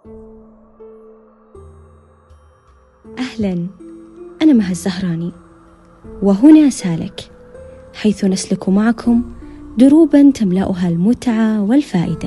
أهلاً، أنا مها الزهراني، وهنا سالك، حيث نسلك معكم دروباً تملأها المتعة والفائدة.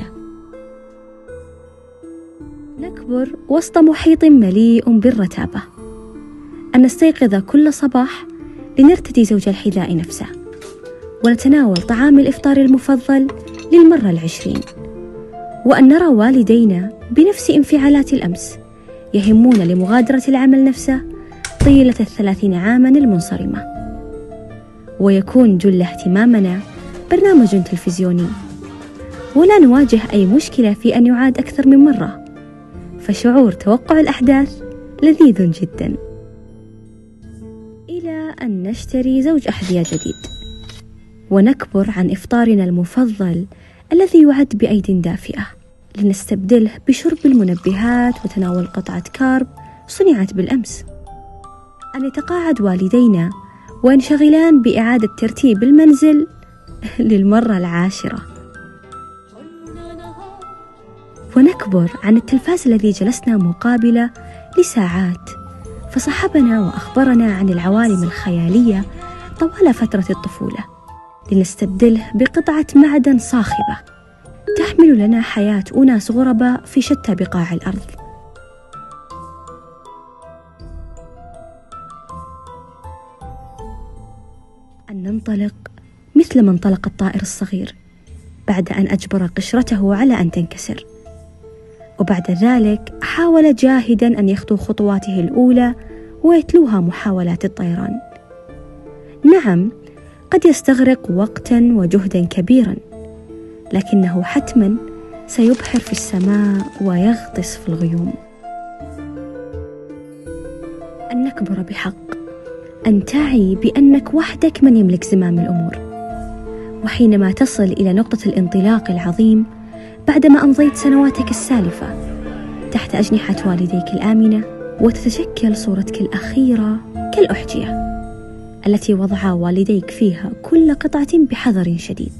نكبر وسط محيط مليء بالرتابة، أن نستيقظ كل صباح لنرتدي زوج الحذاء نفسه، ونتناول طعام الإفطار المفضل للمرة 20، وأن نرى والدينا بنفس انفعالات الأمس يهمون لمغادرة العمل نفسه طيلة 30 عاماً المنصرمة، ويكون جل اهتمامنا برنامج تلفزيوني، ولا نواجه أي مشكلة في أن يعاد أكثر من مرة، فشعور توقع الأحداث لذيذ جداً، إلى أن نشتري زوج أحذية جديد، ونكبر عن إفطارنا المفضل الذي يعد بأيد دافئة، لنستبدله بشرب المنبهات وتناول قطعة كارب صنعت بالأمس. أن يتقاعد والدينا وينشغلان بإعادة ترتيب المنزل للمرة 10، ونكبر عن التلفاز الذي جلسنا مقابله لساعات، فصحبنا وأخبرنا عن العوالم الخيالية طوال فترة الطفولة، لنستبدله بقطعة معدن صاخبة تحمل لنا حياة أناس غرباء في شتى بقاع الأرض. أن ننطلق مثل ما انطلق الطائر الصغير بعد أن أجبر قشرته على أن تنكسر، وبعد ذلك حاول جاهدا أن يخطو خطواته الأولى ويتلوها محاولات الطيران. نعم، قد يستغرق وقتا وجهدا كبيرا، لكنه حتما سيبحر في السماء ويغطس في الغيوم. أن نكبر بحق، أن تعي بأنك وحدك من يملك زمام الأمور، وحينما تصل إلى نقطة الانطلاق العظيم بعدما أمضيت سنواتك السالفة تحت أجنحة والديك الآمنة، وتتشكل صورتك الأخيرة كالأحجية التي وضع والديك فيها كل قطعة بحذر شديد،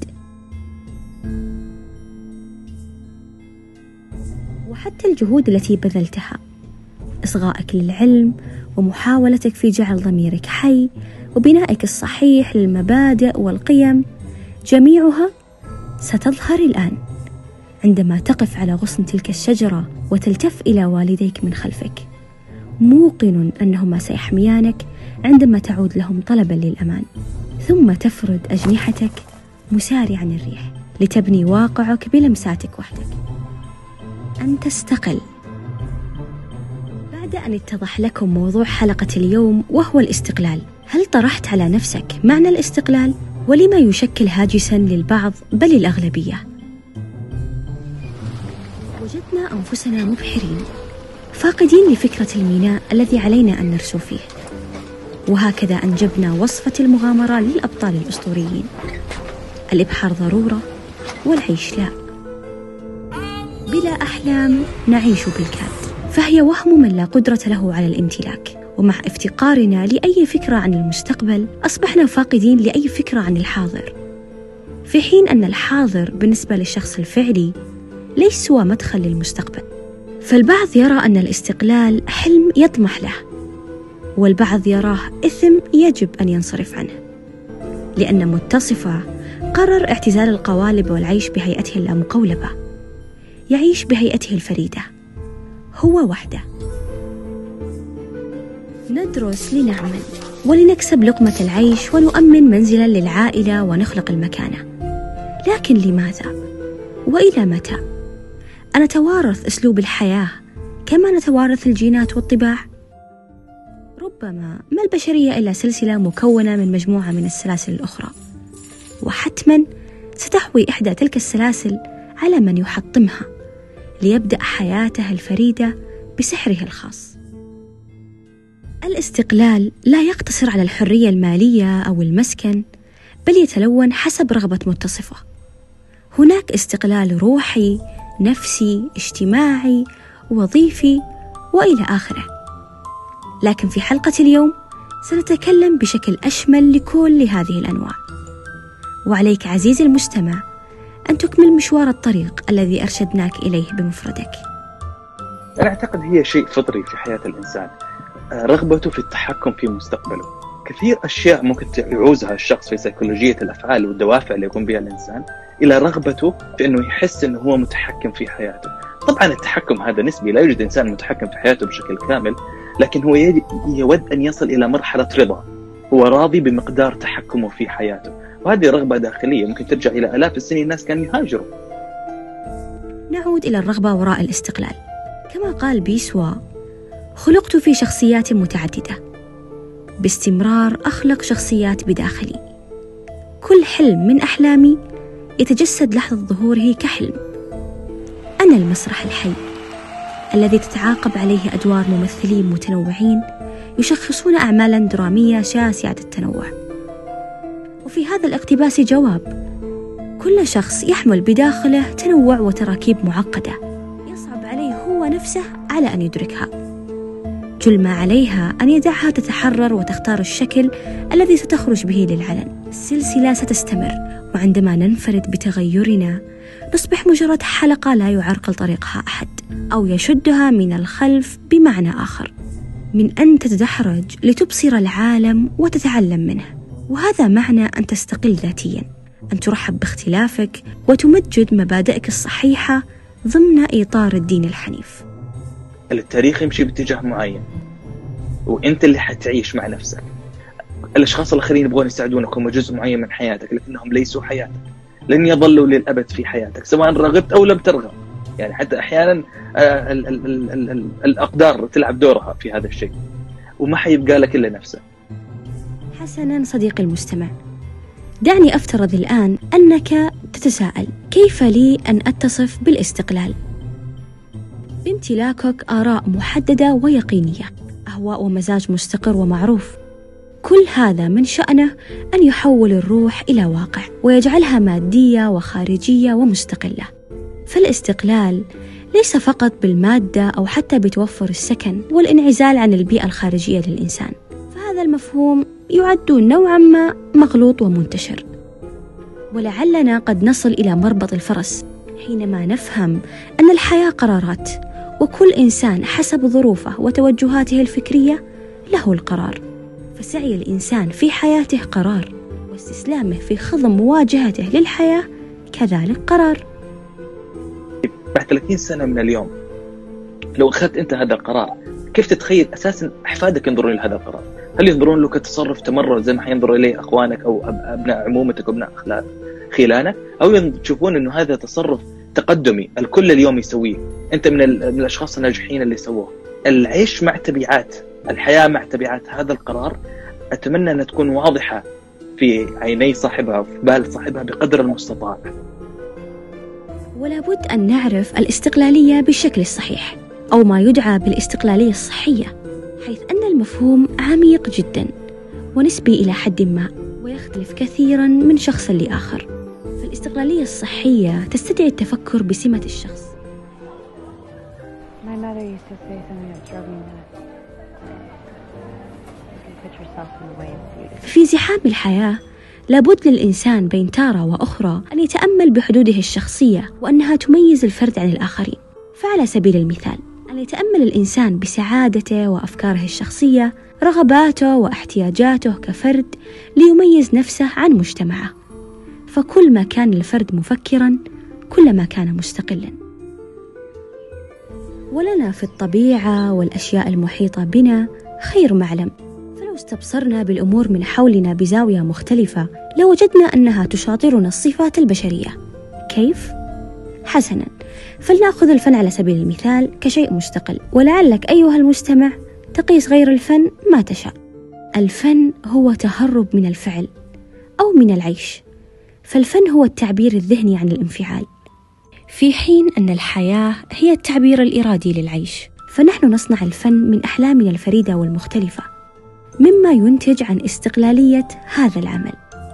وحتى الجهود التي بذلتها، إصغائك للعلم ومحاولتك في جعل ضميرك حي وبنائك الصحيح للمبادئ والقيم، جميعها ستظهر الآن عندما تقف على غصن تلك الشجرة وتلتف إلى والديك من خلفك، موقن أنهما سيحميانك عندما تعود لهم طلبا للأمان، ثم تفرد أجنحتك مسارعا الريح لتبني واقعك بلمساتك وحدك. أن تستقل. بعد أن اتضح لكم موضوع حلقة اليوم وهو الاستقلال، هل طرحت على نفسك معنى الاستقلال ولما يشكل هاجسا للبعض بل الأغلبية؟ وجدنا أنفسنا مبحرين فاقدين لفكرة الميناء الذي علينا أن نرسو فيه، وهكذا أنجبنا وصفة المغامرة للأبطال الأسطوريين: الإبحار ضرورة والعيش لا. بلا أحلام نعيش بالكاد، فهي وهم من لا قدرة له على الامتلاك، ومع افتقارنا لأي فكرة عن المستقبل أصبحنا فاقدين لأي فكرة عن الحاضر، في حين أن الحاضر بالنسبة للشخص الفعلي ليس سوى مدخل للمستقبل. فالبعض يرى أن الاستقلال حلم يطمح له، والبعض يراه إثم يجب أن ينصرف عنه، لأن متصفه قرر اعتزال القوالب والعيش بهيئته اللامقولبة، يعيش بهيئته الفريدة هو وحده. ندرس لنعمل ولنكسب لقمة العيش ونؤمن منزلا للعائلة ونخلق المكانة، لكن لماذا وإلى متى؟ أنتوارث أسلوب الحياة كما نتوارث الجينات والطباع؟ ربما ما البشرية إلا سلسلة مكونة من مجموعة من السلاسل الأخرى، وحتما ستحوي إحدى تلك السلاسل على من يحطمها ليبدأ حياته الفريدة بسحره الخاص. الاستقلال لا يقتصر على الحرية المالية أو المسكن، بل يتلون حسب رغبة متصفه. هناك استقلال روحي، نفسي، اجتماعي، وظيفي، وإلى آخره. لكن في حلقة اليوم سنتكلم بشكل أشمل لكل هذه الأنواع، وعليك عزيزي المستمع أن تكمل مشوار الطريق الذي أرشدناك إليه بمفردك. أنا أعتقد هي شيء فطري في حياة الإنسان، رغبته في التحكم في مستقبله. كثير أشياء ممكن يعوزها الشخص في سيكولوجية الأفعال والدوافع اللي يقوم بها الإنسان إلى رغبته في أنه يحس أنه هو متحكم في حياته. طبعا التحكم هذا نسبي، لا يوجد إنسان متحكم في حياته بشكل كامل، لكن هو يود أن يصل إلى مرحلة رضا، هو راضي بمقدار تحكمه في حياته، وهذه رغبة داخلية ممكن ترجع إلى آلاف السنين الناس كانوا يهاجروا. نعود إلى الرغبة وراء الاستقلال. كما قال بيسوا: خلقت في شخصيات متعددة، باستمرار أخلق شخصيات بداخلي، كل حلم من أحلامي يتجسد لحظة ظهوره كحلم. أنا المسرح الحي الذي تتعاقب عليه أدوار ممثلين متنوعين يشخصون أعمالا درامية شاسعة التنوع. وفي هذا الاقتباس جواب: كل شخص يحمل بداخله تنوع وتراكيب معقدة يصعب عليه هو نفسه على أن يدركها. كل ما عليها أن يدعها تتحرر وتختار الشكل الذي ستخرج به للعلن. السلسلة ستستمر، وعندما ننفرد بتغيرنا نصبح مجرد حلقة لا يعرقل طريقها أحد أو يشدها من الخلف. بمعنى آخر، من أن تتدحرج لتبصر العالم وتتعلم منه، وهذا معنى أن تستقل ذاتيا، أن ترحب باختلافك وتمجد مبادئك الصحيحة ضمن إطار الدين الحنيف. التاريخ يمشي باتجاه معين، وأنت اللي حتعيش مع نفسك. الأشخاص الآخرين يبغون يساعدونك، هم جزء معين من حياتك، لكنهم ليسوا حياتك، لن يظلوا للأبد في حياتك سواء رغبت أو لم ترغب. يعني حتى أحيانا الأقدار تلعب دورها في هذا الشيء، وما حيبقى لك إلا نفسك. حسنا صديقي المستمع، دعني أفترض الآن أنك تتساءل: كيف لي أن أتصف بالاستقلال؟ بامتلاكك آراء محددة ويقينية، أهواء ومزاج مستقر ومعروف. كل هذا من شأنه أن يحول الروح إلى واقع ويجعلها مادية وخارجية ومستقلة. فالاستقلال ليس فقط بالمادة أو حتى بتوفر السكن والانعزال عن البيئة الخارجية للإنسان، فهذا المفهوم يعد نوعا ما مغلوط ومنتشر. ولعلنا قد نصل إلى مربط الفرس حينما نفهم أن الحياة قرارات، وكل إنسان حسب ظروفه وتوجهاته الفكرية له القرار. فسعي الإنسان في حياته قرار، واستسلامه في خضم مواجهته للحياة كذلك قرار. بعد 30 سنة من اليوم لو أخذت أنت هذا القرار، كيف تتخيل أساساً أحفادك ينظرون إلى هذا القرار؟ هل ينظرون له كتصرف تمرد زي ما حينظر إليه أخوانك أو أبناء عمومتك وأبناء خلانك، أو يشوفون أنه هذا تصرف تقدمي الكل اليوم يسويه، أنت من الأشخاص الناجحين اللي سووه؟ العيش مع تبعات الحياة، مع تبعات هذا القرار، أتمنى أن تكون واضحة في عيني صاحبها وفي بال صاحبها بقدر المستطاع. ولا بد أن نعرف الاستقلالية بالشكل الصحيح، أو ما يدعى بالاستقلالية الصحية، حيث أن المفهوم عميق جدا ونسبي إلى حد ما، ويختلف كثيرا من شخص لآخر. فالاستقلالية الصحية تستدعي التفكر بسمة الشخص. في زحام الحياة لابد للإنسان بين تارة وأخرى أن يتأمل بحدوده الشخصية وأنها تميز الفرد عن الآخرين. فعلى سبيل المثال، أن يتأمل الإنسان بسعادته وأفكاره الشخصية، رغباته واحتياجاته كفرد، ليميز نفسه عن مجتمعه. فكل ما كان الفرد مفكراً كلما كان مستقلاً. ولنا في الطبيعة والأشياء المحيطة بنا خير معلم، فلو استبصرنا بالأمور من حولنا بزاوية مختلفة لوجدنا أنها تشاطرنا الصفات البشرية. كيف؟ حسناً، فلنأخذ الفن على سبيل المثال كشيء مستقل، ولعلك أيها المستمع تقيس غير الفن ما تشاء. الفن هو تهرب من الفعل أو من العيش، فالفن هو التعبير الذهني عن الانفعال، في حين أن الحياة هي التعبير الإرادي للعيش. فنحن نصنع الفن من أحلامنا الفريدة والمختلفة، مما ينتج عن استقلالية هذا العمل.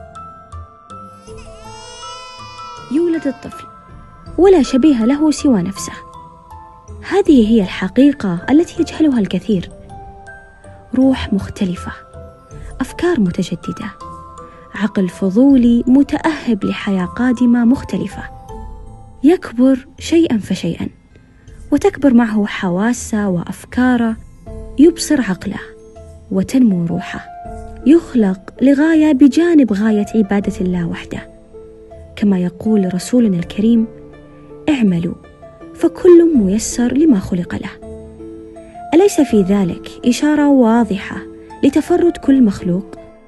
يولد الطفل ولا شبيه له سوى نفسه، هذه هي الحقيقة التي يجهلها الكثير. روح مختلفة، أفكار متجددة، عقل فضولي متأهب لحياة قادمة مختلفة، يكبر شيئا فشيئا وتكبر معه حواسه وأفكاره، يبصر عقله وتنمو روحه، يخلق لغاية بجانب غاية عبادة الله وحده، كما يقول رسولنا الكريم: اعملوا فكل ميسر لما خلق له. أليس في ذلك إشارة واضحة لتفرد كل مخلوق؟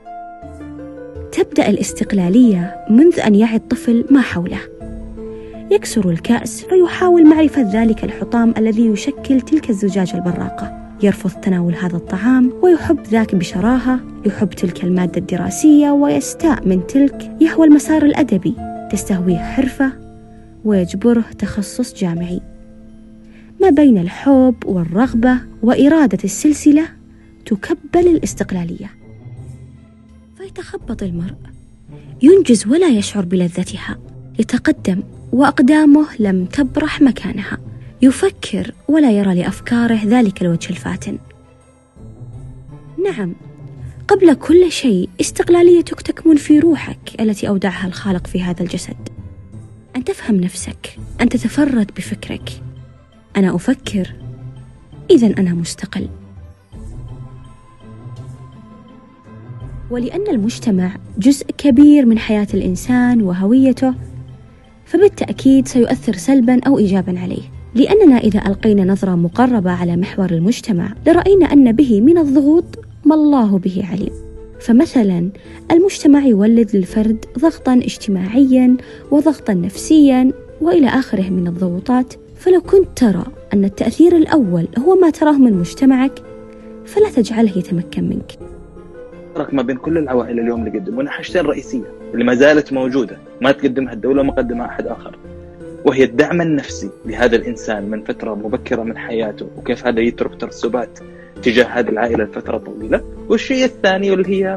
تبدأ الاستقلالية منذ أن يعي الطفل ما حوله، يكسر الكأس فيحاول معرفة ذلك الحطام الذي يشكل تلك الزجاجة البراقة، يرفض تناول هذا الطعام ويحب ذاك بشراهة، يحب تلك المادة الدراسية ويستاء من تلك، يهوى المسار الأدبي تستهويه حرفة ويجبره تخصص جامعي. ما بين الحب والرغبة وإرادة السلسلة تكبل الاستقلالية، فيتخبط المرء، ينجز ولا يشعر بلذتها، يتقدم وأقدامه لم تبرح مكانها، يفكر ولا يرى لأفكاره ذلك الوجه الفاتن. نعم، قبل كل شيء استقلاليتك تكمن في روحك التي أودعها الخالق في هذا الجسد، أن تفهم نفسك، أن تتفرد بفكرك. أنا أفكر، إذن أنا مستقل. ولأن المجتمع جزء كبير من حياة الإنسان وهويته، فبالتأكيد سيؤثر سلباً أو إيجاباً عليه، لأننا إذا ألقينا نظرة مقربة على محور المجتمع لرأينا أن به من الضغوط ما الله به عليم. فمثلاً المجتمع يولد للفرد ضغطاً اجتماعياً وضغطاً نفسياً وإلى آخره من الضغوطات. فلو كنت ترى أن التأثير الأول هو ما تراه من مجتمعك، فلا تجعله يتمكن منك. ما بين كل العوائل اليوم اللي قدمونا حاجتين رئيسية اللي ما زالت موجودة ما تقدمها الدولة وما قدمها أحد آخر، وهي الدعم النفسي لهذا الإنسان من فترة مبكرة من حياته، وكيف هذا يترك ترسبات تجاه هذه العائلة لفترة طويلة. والشيء الثاني واللي هي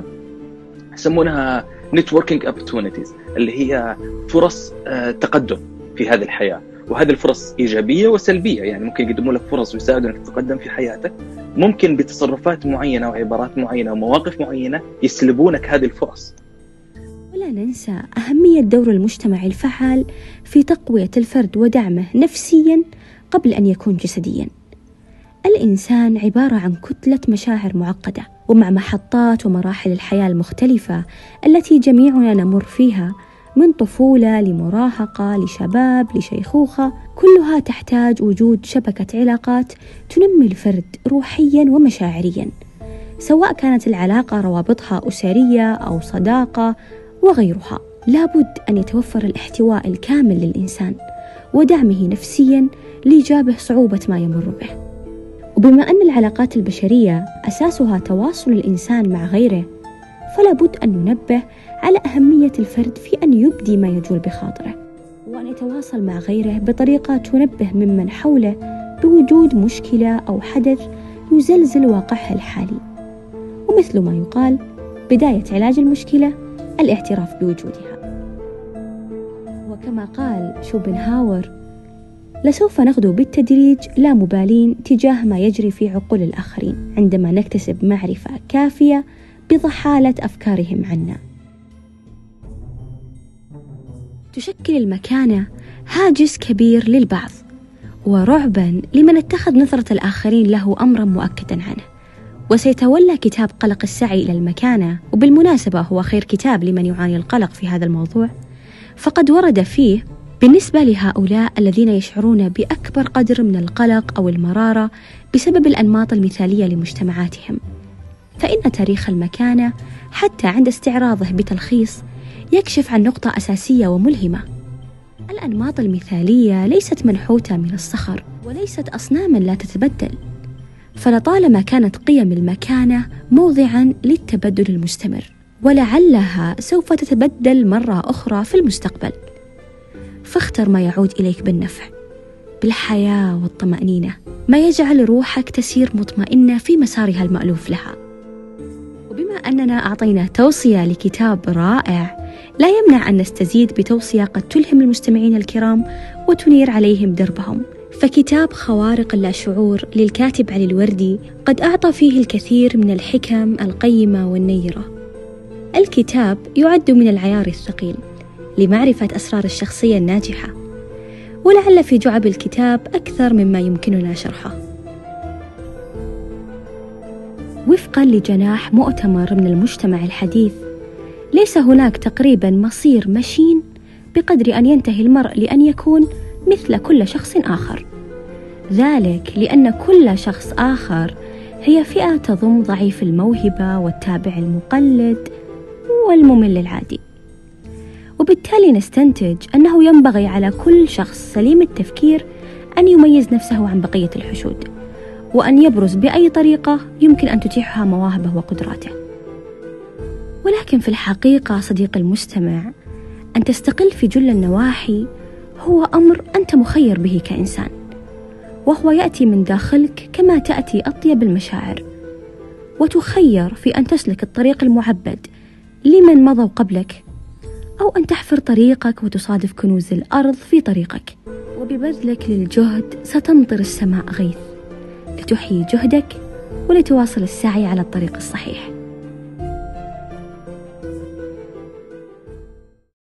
يسمونها networking opportunities، اللي هي فرص تقدم في هذه الحياة. وهذه الفرص إيجابية وسلبية، يعني ممكن يقدموا لك فرص ويساعدوا أنك تتقدم في حياتك، ممكن بتصرفات معينة وعبارات معينة ومواقف معينة يسلبونك هذه الفرص. ولا ننسى أهمية دور المجتمع الفعال في تقوية الفرد ودعمه نفسياً قبل أن يكون جسدياً. الإنسان عبارة عن كتلة مشاعر معقدة، ومع محطات ومراحل الحياة المختلفة التي جميعنا نمر فيها، من طفولة لمراهقة لشباب لشيخوخة، كلها تحتاج وجود شبكة علاقات تنمي الفرد روحياً ومشاعرياً، سواء كانت العلاقة روابطها أسرية أو صداقة وغيرها. لابد أن يتوفر الاحتواء الكامل للإنسان ودعمه نفسياً ليجابه صعوبة ما يمر به. وبما أن العلاقات البشرية أساسها تواصل الإنسان مع غيره، فلا بد أن ننبه على أهمية الفرد في أن يبدي ما يجول بخاطره، وأن يتواصل مع غيره بطريقة تنبه ممن حوله بوجود مشكلة أو حدث يزلزل واقعه الحالي. ومثل ما يقال: بداية علاج المشكلة الاعتراف بوجودها. وكما قال شوبنهاور: لسوف نغدو بالتدريج لا مبالين تجاه ما يجري في عقول الآخرين عندما نكتسب معرفة كافية بضحالة أفكارهم عنا. تشكل المكانة هاجس كبير للبعض ورعبا لمن اتخذ نظرة الآخرين له أمرا مؤكدا عنه، وسيتولى كتاب قلق السعي إلى المكانة، وبالمناسبة هو خير كتاب لمن يعاني القلق في هذا الموضوع، فقد ورد فيه بالنسبة لهؤلاء الذين يشعرون بأكبر قدر من القلق أو المرارة بسبب الأنماط المثالية لمجتمعاتهم، فإن تاريخ المكانة حتى عند استعراضه بتلخيص يكشف عن نقطة أساسية وملهمة: الأنماط المثالية ليست منحوتة من الصخر وليست أصناما لا تتبدل، فلطالما كانت قيم المكانة موضعا للتبدل المستمر، ولعلها سوف تتبدل مرة أخرى في المستقبل. فاختر ما يعود إليك بالنفع، بالحياة والطمأنينة، ما يجعل روحك تسير مطمئنة في مسارها المألوف لها. وبما أننا أعطينا توصية لكتاب رائع، لا يمنع أن نستزيد بتوصية قد تلهم المستمعين الكرام وتنير عليهم دربهم، فكتاب خوارق اللاشعور للكاتب علي الوردي قد أعطى فيه الكثير من الحكم القيمة والنيرة. الكتاب يعد من العيار الثقيل لمعرفة أسرار الشخصية الناجحة، ولعل في جعب الكتاب أكثر مما يمكننا شرحه. وفقا لجناح مؤتمر من المجتمع الحديث، ليس هناك تقريبا مصير مشين بقدر أن ينتهي المرء لأن يكون مثل كل شخص آخر، ذلك لأن كل شخص آخر هي فئة تضم ضعيف الموهبة والتابع المقلد والممل العادي. وبالتالي نستنتج أنه ينبغي على كل شخص سليم التفكير أن يميز نفسه عن بقية الحشود، وأن يبرز بأي طريقة يمكن أن تتيحها مواهبه وقدراته. ولكن في الحقيقة صديق المستمع، أن تستقل في جل النواحي هو أمر أنت مخير به كإنسان، وهو يأتي من داخلك كما تأتي أطيب المشاعر، وتخير في أن تسلك الطريق المعبد لمن مضوا قبلك، أو أن تحفر طريقك وتصادف كنوز الأرض في طريقك، وببذلك للجهد ستمطر السماء غيث لتحيي جهدك ولتواصل السعي على الطريق الصحيح.